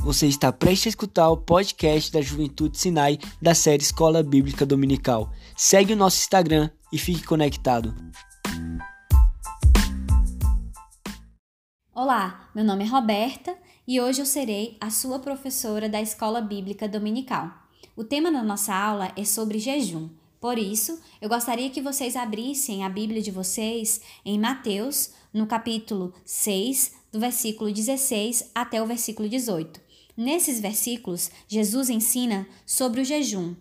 Você está prestes a escutar o podcast da Juventude Sinai da série Escola Bíblica Dominical. Segue o nosso Instagram e fique conectado. Olá, meu nome é Roberta e hoje eu serei a sua professora da Escola Bíblica Dominical. O tema da nossa aula é sobre jejum. Por isso, eu gostaria que vocês abrissem a Bíblia de vocês em Mateus, no capítulo 6, do versículo 16 até o versículo 18. Nesses versículos, Jesus ensina sobre o jejum.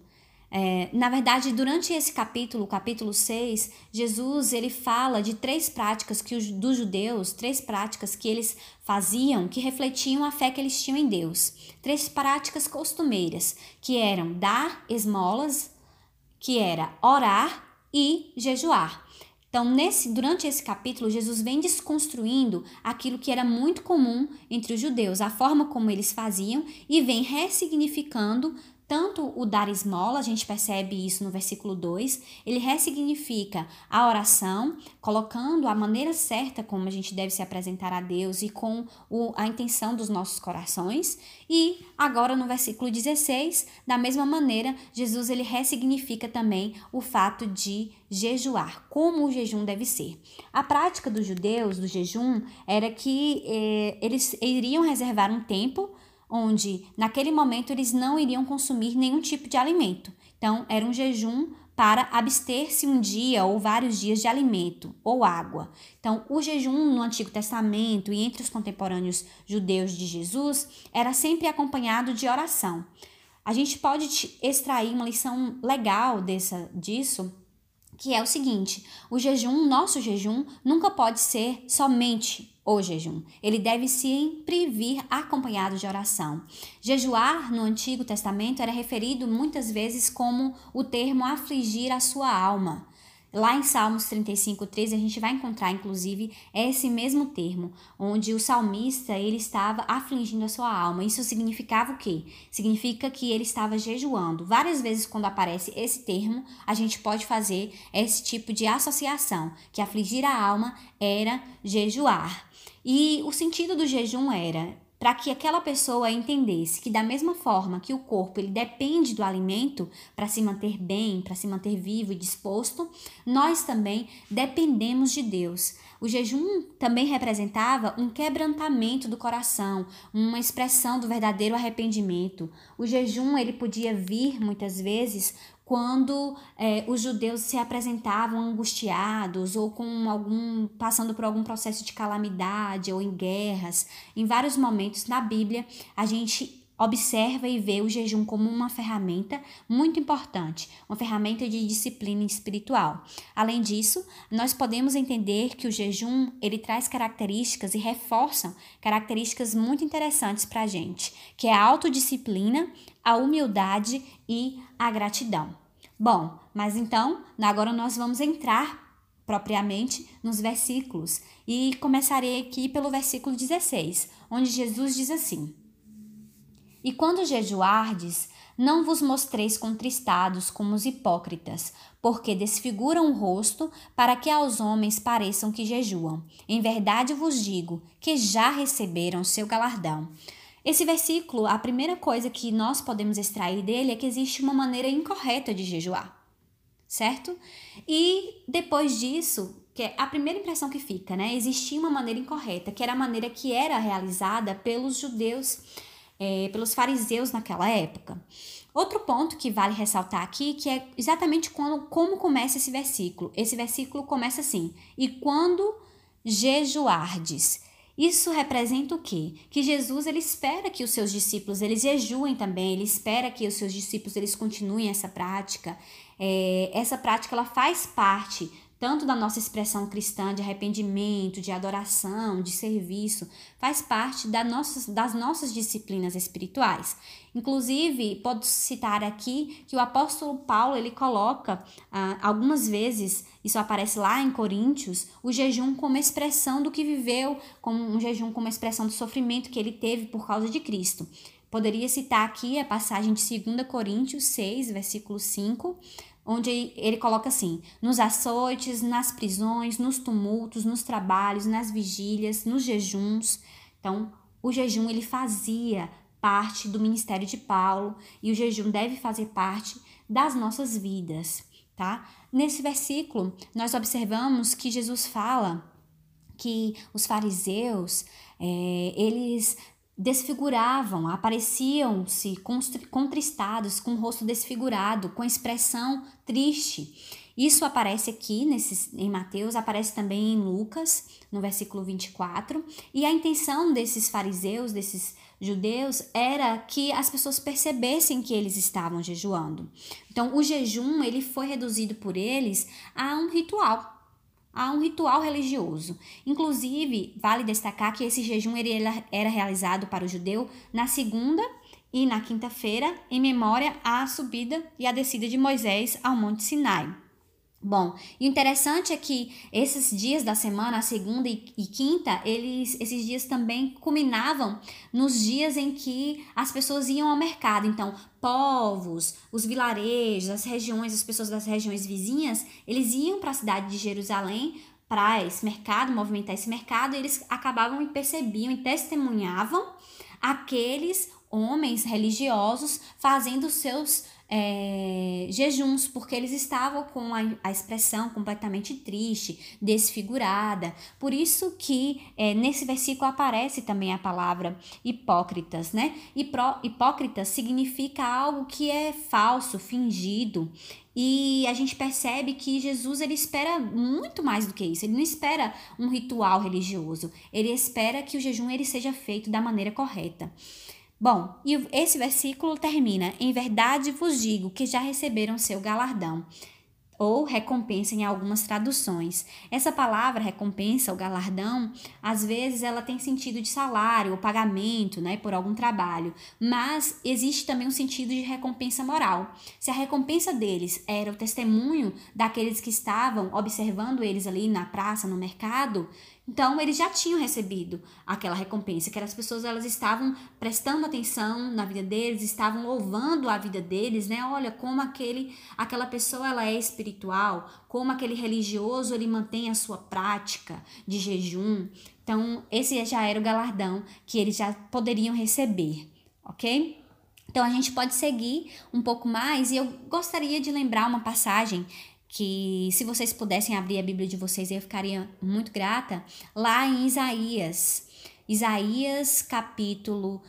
Na verdade, durante esse capítulo, o capítulo 6, Jesus ele fala de três práticas dos judeus, três práticas que eles faziam que refletiam a fé que eles tinham em Deus. Três práticas costumeiras, que eram dar esmolas, que era orar e jejuar. Então, durante esse capítulo, Jesus vem desconstruindo aquilo que era muito comum entre os judeus, a forma como eles faziam, e vem ressignificando tanto o dar esmola, a gente percebe isso no versículo 2, ele ressignifica a oração, colocando a maneira certa como a gente deve se apresentar a Deus e com a intenção dos nossos corações. E agora no versículo 16, da mesma maneira, Jesus ele ressignifica também o fato de jejuar, como o jejum deve ser. A prática dos judeus do jejum era que eles iriam reservar um tempo onde, naquele momento, eles não iriam consumir nenhum tipo de alimento. Então, era um jejum para abster-se um dia ou vários dias de alimento ou água. Então, o jejum no Antigo Testamento e entre os contemporâneos judeus de Jesus era sempre acompanhado de oração. A gente pode extrair uma lição legal disso, que é o seguinte: nosso jejum, nunca pode ser somente o jejum. Ele deve sempre vir acompanhado de oração. Jejuar no Antigo Testamento era referido muitas vezes como o termo afligir a sua alma. Lá em Salmos 35:13 a gente vai encontrar inclusive esse mesmo termo, onde o salmista ele estava afligindo a sua alma. Isso significava o quê? Significa que ele estava jejuando. Várias vezes quando aparece esse termo, a gente pode fazer esse tipo de associação, que afligir a alma era jejuar. E o sentido do jejum era para que aquela pessoa entendesse que da mesma forma que o corpo ele depende do alimento para se manter bem, para se manter vivo e disposto, nós também dependemos de Deus. O jejum também representava um quebrantamento do coração, uma expressão do verdadeiro arrependimento. O jejum ele podia vir muitas vezes quando os judeus se apresentavam angustiados ou passando por algum processo de calamidade ou em guerras. Em vários momentos na Bíblia, a gente observa e vê o jejum como uma ferramenta muito importante, uma ferramenta de disciplina espiritual. Além disso, nós podemos entender que o jejum ele traz características e reforça características muito interessantes para a gente, que é a autodisciplina, a humildade e a gratidão. Bom, mas então, agora nós vamos entrar propriamente nos versículos e começarei aqui pelo versículo 16, onde Jesus diz assim: E quando jejuardes, não vos mostreis contristados como os hipócritas, porque desfiguram o rosto para que aos homens pareçam que jejuam. Em verdade vos digo que já receberam seu galardão. Esse versículo, a primeira coisa que nós podemos extrair dele é que existe uma maneira incorreta de jejuar, certo? E depois disso, que é a primeira impressão que fica, né? Existia uma maneira incorreta, que era a maneira que era realizada pelos judeus, pelos fariseus naquela época. Outro ponto que vale ressaltar aqui, que é exatamente como começa esse versículo. Esse versículo começa assim: e quando jejuardes. Isso representa o quê? Que Jesus ele espera que os seus discípulos eles jejuem também, ele espera que os seus discípulos eles continuem essa prática. Essa prática ela faz parte tanto da nossa expressão cristã de arrependimento, de adoração, de serviço, faz parte das nossas disciplinas espirituais. Inclusive, posso citar aqui que o apóstolo Paulo, ele coloca algumas vezes, isso aparece lá em Coríntios, o jejum como expressão do que viveu, como um jejum como expressão do sofrimento que ele teve por causa de Cristo. Poderia citar aqui a passagem de 2 Coríntios 6, versículo 5, onde ele coloca assim: nos açoites, nas prisões, nos tumultos, nos trabalhos, nas vigílias, nos jejuns. Então, o jejum ele fazia parte do ministério de Paulo e o jejum deve fazer parte das nossas vidas, tá? Nesse versículo, nós observamos que Jesus fala que os fariseus, eles desfiguravam, apareciam-se contristados, com o rosto desfigurado, com expressão triste. Isso aparece aqui em Mateus, aparece também em Lucas, no versículo 24. E a intenção desses fariseus, desses judeus, era que as pessoas percebessem que eles estavam jejuando. Então, o jejum ele foi reduzido por eles a um ritual religioso. Inclusive, vale destacar que esse jejum ele era realizado para o judeu na segunda e na quinta-feira, em memória à subida e à descida de Moisés ao Monte Sinai. Bom, e o interessante é que esses dias da semana, a segunda e quinta, esses dias também culminavam nos dias em que as pessoas iam ao mercado. Então, povos, os vilarejos, as pessoas das regiões vizinhas, eles iam para a cidade de Jerusalém para esse mercado, movimentar esse mercado, e eles acabavam e percebiam e testemunhavam aqueles homens religiosos fazendo seus jejuns, porque eles estavam com a expressão completamente triste, desfigurada. Por isso que nesse versículo aparece também a palavra hipócritas, né? Hipócrita significa algo que é falso, fingido. E a gente percebe que Jesus ele espera muito mais do que isso. Ele não espera um ritual religioso. Ele espera que o jejum ele seja feito da maneira correta. Bom, e esse versículo termina: em verdade vos digo que já receberam seu galardão, ou recompensa em algumas traduções. Essa palavra recompensa ou galardão, às vezes ela tem sentido de salário ou pagamento, né, por algum trabalho, mas existe também um sentido de recompensa moral. Se a recompensa deles era o testemunho daqueles que estavam observando eles ali na praça, no mercado, então eles já tinham recebido aquela recompensa, que as pessoas elas estavam prestando atenção na vida deles, estavam louvando a vida deles, né? Olha como aquela pessoa ela é espiritual, como aquele religioso ele mantém a sua prática de jejum. Então esse já era o galardão que eles já poderiam receber, ok? Então a gente pode seguir um pouco mais e eu gostaria de lembrar uma passagem que se vocês pudessem abrir a Bíblia de vocês, eu ficaria muito grata, lá em Isaías capítulo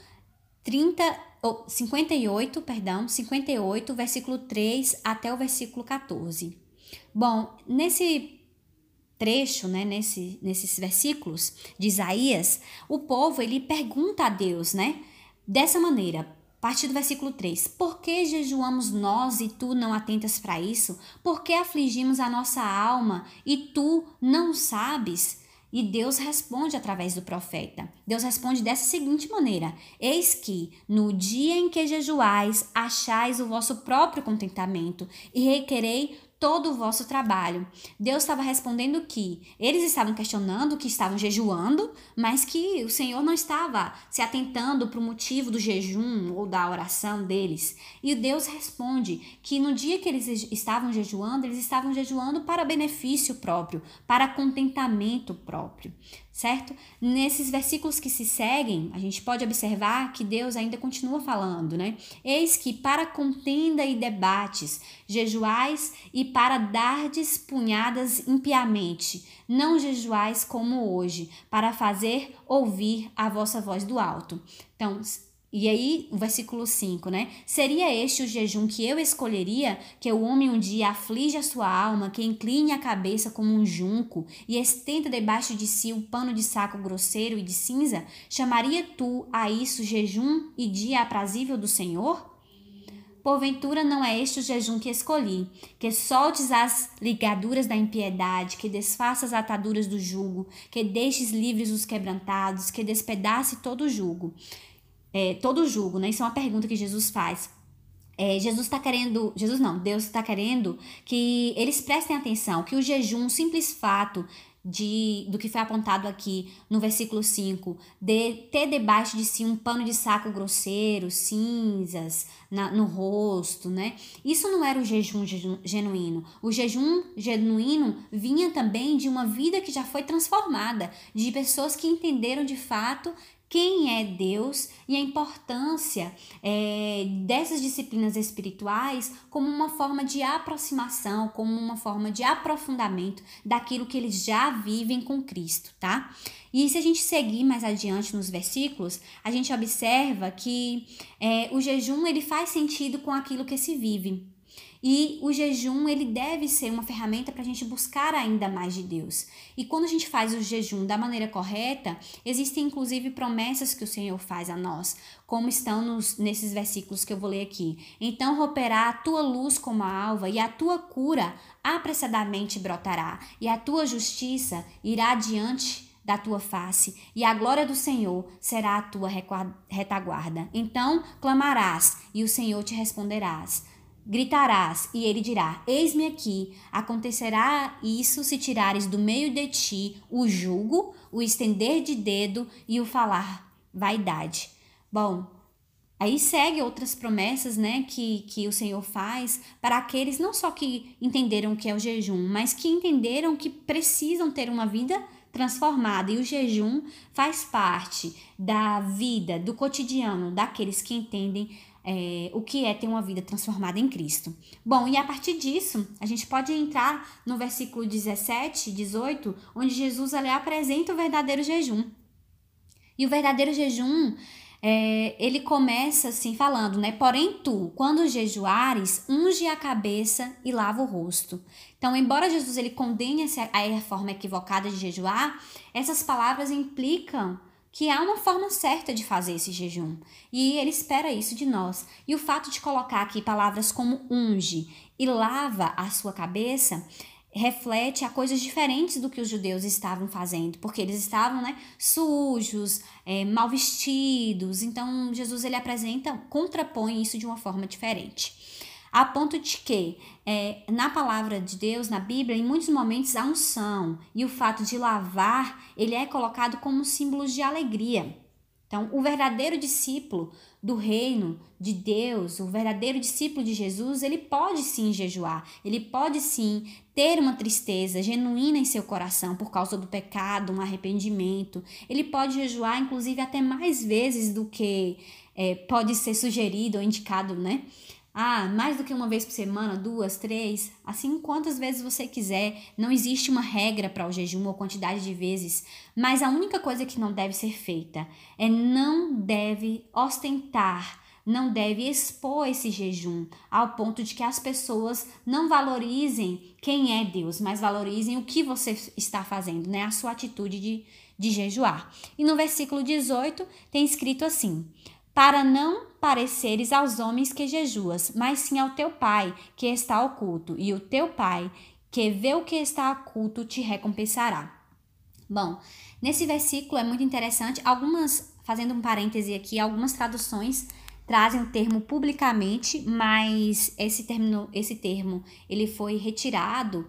58, versículo 3 até o versículo 14. Bom, nesse trecho, né, nesses versículos de Isaías, o povo ele pergunta a Deus, né, dessa maneira: a partir do versículo 3, por que jejuamos nós e tu não atentas para isso? Por que afligimos a nossa alma e tu não sabes? E Deus responde através do profeta. Deus responde dessa seguinte maneira: eis que no dia em que jejuais, achais o vosso próprio contentamento e requerei todo o vosso trabalho. Deus estava respondendo que eles estavam questionando, que estavam jejuando, mas que o Senhor não estava se atentando para o motivo do jejum ou da oração deles. E Deus responde que no dia que eles estavam jejuando para benefício próprio, para contentamento próprio, certo? Nesses versículos que se seguem, a gente pode observar que Deus ainda continua falando, né? Eis que para contenda e debates, jejuais e para dardes punhadas impiamente, não jejuais como hoje, para fazer ouvir a vossa voz do alto. Então, e aí, o versículo 5, né? Seria este o jejum que eu escolheria, que o homem um dia aflige a sua alma, que incline a cabeça como um junco e estenda debaixo de si um pano de saco grosseiro e de cinza? Chamaria tu a isso jejum e dia aprazível do Senhor? Porventura não é este o jejum que escolhi, que soltes as ligaduras da impiedade, que desfaças as ataduras do jugo, que deixes livres os quebrantados, que despedace todo o jugo. Né? Isso é uma pergunta que Jesus faz. Deus está querendo que eles prestem atenção, que o jejum, o simples fato do que foi apontado aqui no versículo 5, de ter debaixo de si um pano de saco grosseiro, cinzas no rosto, né? Isso não era o jejum genuíno. O jejum genuíno vinha também de uma vida que já foi transformada, de pessoas que entenderam de fato quem é Deus e a importância dessas disciplinas espirituais como uma forma de aproximação, como uma forma de aprofundamento daquilo que eles já vivem com Cristo, tá? E se a gente seguir mais adiante nos versículos, a gente observa que o jejum ele faz sentido com aquilo que se vive. E o jejum, ele deve ser uma ferramenta para a gente buscar ainda mais de Deus. E quando a gente faz o jejum da maneira correta, existem inclusive promessas que o Senhor faz a nós, como estão nesses versículos que eu vou ler aqui. Então romperá a tua luz como a alva, e a tua cura apressadamente brotará, e a tua justiça irá adiante da tua face, e a glória do Senhor será a tua retaguarda. Então clamarás, e o Senhor te responderás. Gritarás, e ele dirá: eis-me aqui. Acontecerá isso se tirares do meio de ti o jugo, o estender de dedo e o falar vaidade. Bom, aí segue outras promessas, né, que o Senhor faz para aqueles não só que entenderam o que é o jejum, mas que entenderam que precisam ter uma vida transformada. E o jejum faz parte da vida, do cotidiano daqueles que entendem o que é ter uma vida transformada em Cristo. Bom, e a partir disso, a gente pode entrar no versículo 17, 18, onde Jesus apresenta o verdadeiro jejum. E o verdadeiro jejum, ele começa assim falando, né? Porém tu, quando jejuares, unge a cabeça e lava o rosto. Então, embora Jesus ele condene a forma equivocada de jejuar, essas palavras implicam que há uma forma certa de fazer esse jejum, e ele espera isso de nós. E o fato de colocar aqui palavras como unge e lava a sua cabeça reflete a coisas diferentes do que os judeus estavam fazendo, porque eles estavam, né, sujos, mal vestidos. Então Jesus ele contrapõe isso de uma forma diferente. A ponto de que, na palavra de Deus, na Bíblia, em muitos momentos a unção e o fato de lavar, ele é colocado como símbolos de alegria. Então, o verdadeiro discípulo do reino de Deus, o verdadeiro discípulo de Jesus, ele pode sim jejuar, ele pode sim ter uma tristeza genuína em seu coração por causa do pecado, um arrependimento. Ele pode jejuar, inclusive, até mais vezes do que pode ser sugerido ou indicado, né? Mais do que uma vez por semana, 2, 3, assim quantas vezes você quiser. Não existe uma regra para o jejum ou quantidade de vezes, mas a única coisa que não deve ser feita não deve ostentar, não deve expor esse jejum ao ponto de que as pessoas não valorizem quem é Deus, mas valorizem o que você está fazendo, né? A sua atitude de jejuar. E no versículo 18 tem escrito assim: para não pareceres aos homens que jejuas, mas sim ao teu Pai que está oculto, e o teu Pai que vê o que está oculto te recompensará. Bom, nesse versículo é muito interessante, fazendo um parêntese aqui, algumas traduções trazem o termo publicamente, mas esse termo ele foi retirado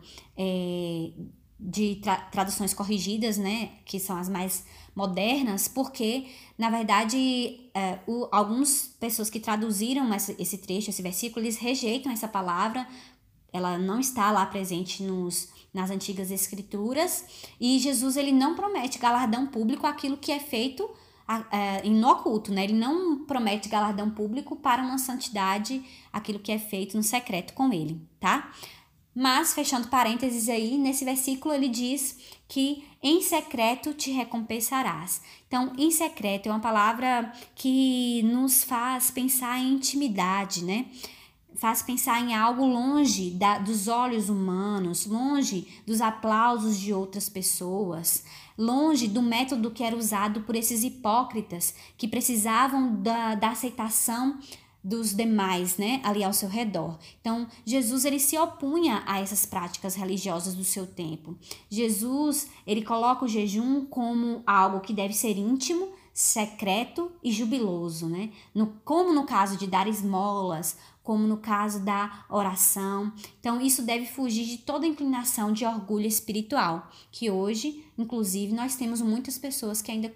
de traduções corrigidas, né, que são as mais modernas, porque, na verdade, algumas pessoas que traduziram esse trecho, esse versículo, eles rejeitam essa palavra, ela não está lá presente nas antigas escrituras, e Jesus ele não promete galardão público àquilo que é feito no oculto, né? Ele não promete galardão público para uma santidade, aquilo que é feito no secreto com ele, tá? Mas, fechando parênteses aí, nesse versículo ele diz que em secreto te recompensarás. Então, em secreto é uma palavra que nos faz pensar em intimidade, né? Faz pensar em algo longe dos olhos humanos, longe dos aplausos de outras pessoas, longe do método que era usado por esses hipócritas que precisavam da aceitação dos demais, né, ali ao seu redor. Então, Jesus ele se opunha a essas práticas religiosas do seu tempo. Jesus, ele coloca o jejum como algo que deve ser íntimo, secreto e jubiloso, né? Como no caso de dar esmolas, como no caso da oração. Então, isso deve fugir de toda inclinação de orgulho espiritual, que hoje, inclusive, nós temos muitas pessoas que ainda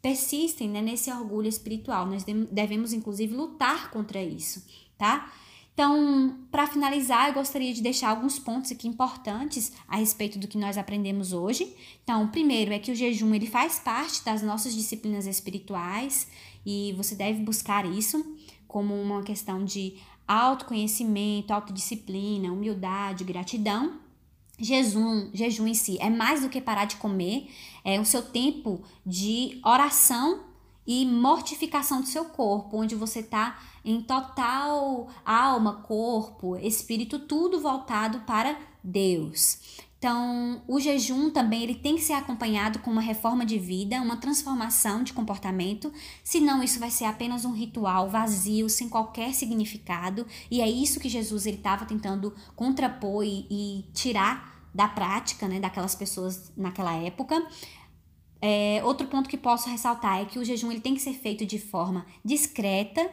persistem, né, nesse orgulho espiritual. Nós devemos, inclusive, lutar contra isso, tá? Então, para finalizar, eu gostaria de deixar alguns pontos aqui importantes a respeito do que nós aprendemos hoje. Então, o primeiro é que o jejum ele faz parte das nossas disciplinas espirituais e você deve buscar isso como uma questão de autoconhecimento, autodisciplina, humildade, gratidão. Jejum em si é mais do que parar de comer, é o seu tempo de oração e mortificação do seu corpo, onde você está em total alma, corpo, espírito, tudo voltado para Deus. Então, o jejum também ele tem que ser acompanhado com uma reforma de vida, uma transformação de comportamento, senão isso vai ser apenas um ritual vazio, sem qualquer significado, e é isso que Jesus estava tentando contrapor e tirar da prática, né, daquelas pessoas naquela época. Outro ponto que posso ressaltar é que o jejum ele tem que ser feito de forma discreta,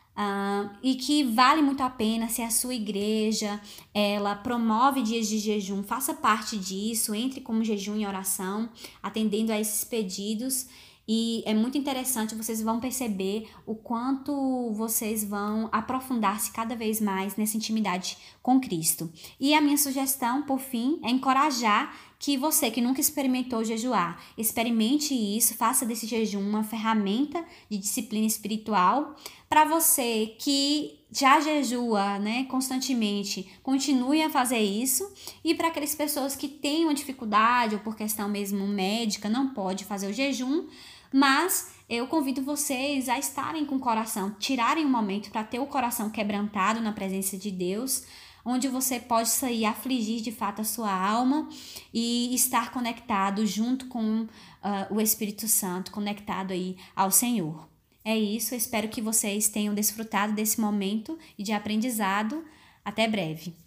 e que vale muito a pena se a sua igreja ela promove dias de jejum, faça parte disso, entre como jejum e oração, atendendo a esses pedidos. E é muito interessante, vocês vão perceber o quanto vocês vão aprofundar-se cada vez mais nessa intimidade com Cristo. E a minha sugestão, por fim, é encorajar que você que nunca experimentou jejuar, experimente isso, faça desse jejum uma ferramenta de disciplina espiritual. Para você que já jejua, né, constantemente, continue a fazer isso. E para aquelas pessoas que têm uma dificuldade ou por questão mesmo médica, não pode fazer o jejum, mas eu convido vocês a estarem com o coração, tirarem um momento para ter o coração quebrantado na presença de Deus, onde você pode sair afligir de fato a sua alma e estar conectado junto com o Espírito Santo, conectado aí ao Senhor. É isso, eu espero que vocês tenham desfrutado desse momento e de aprendizado. Até breve.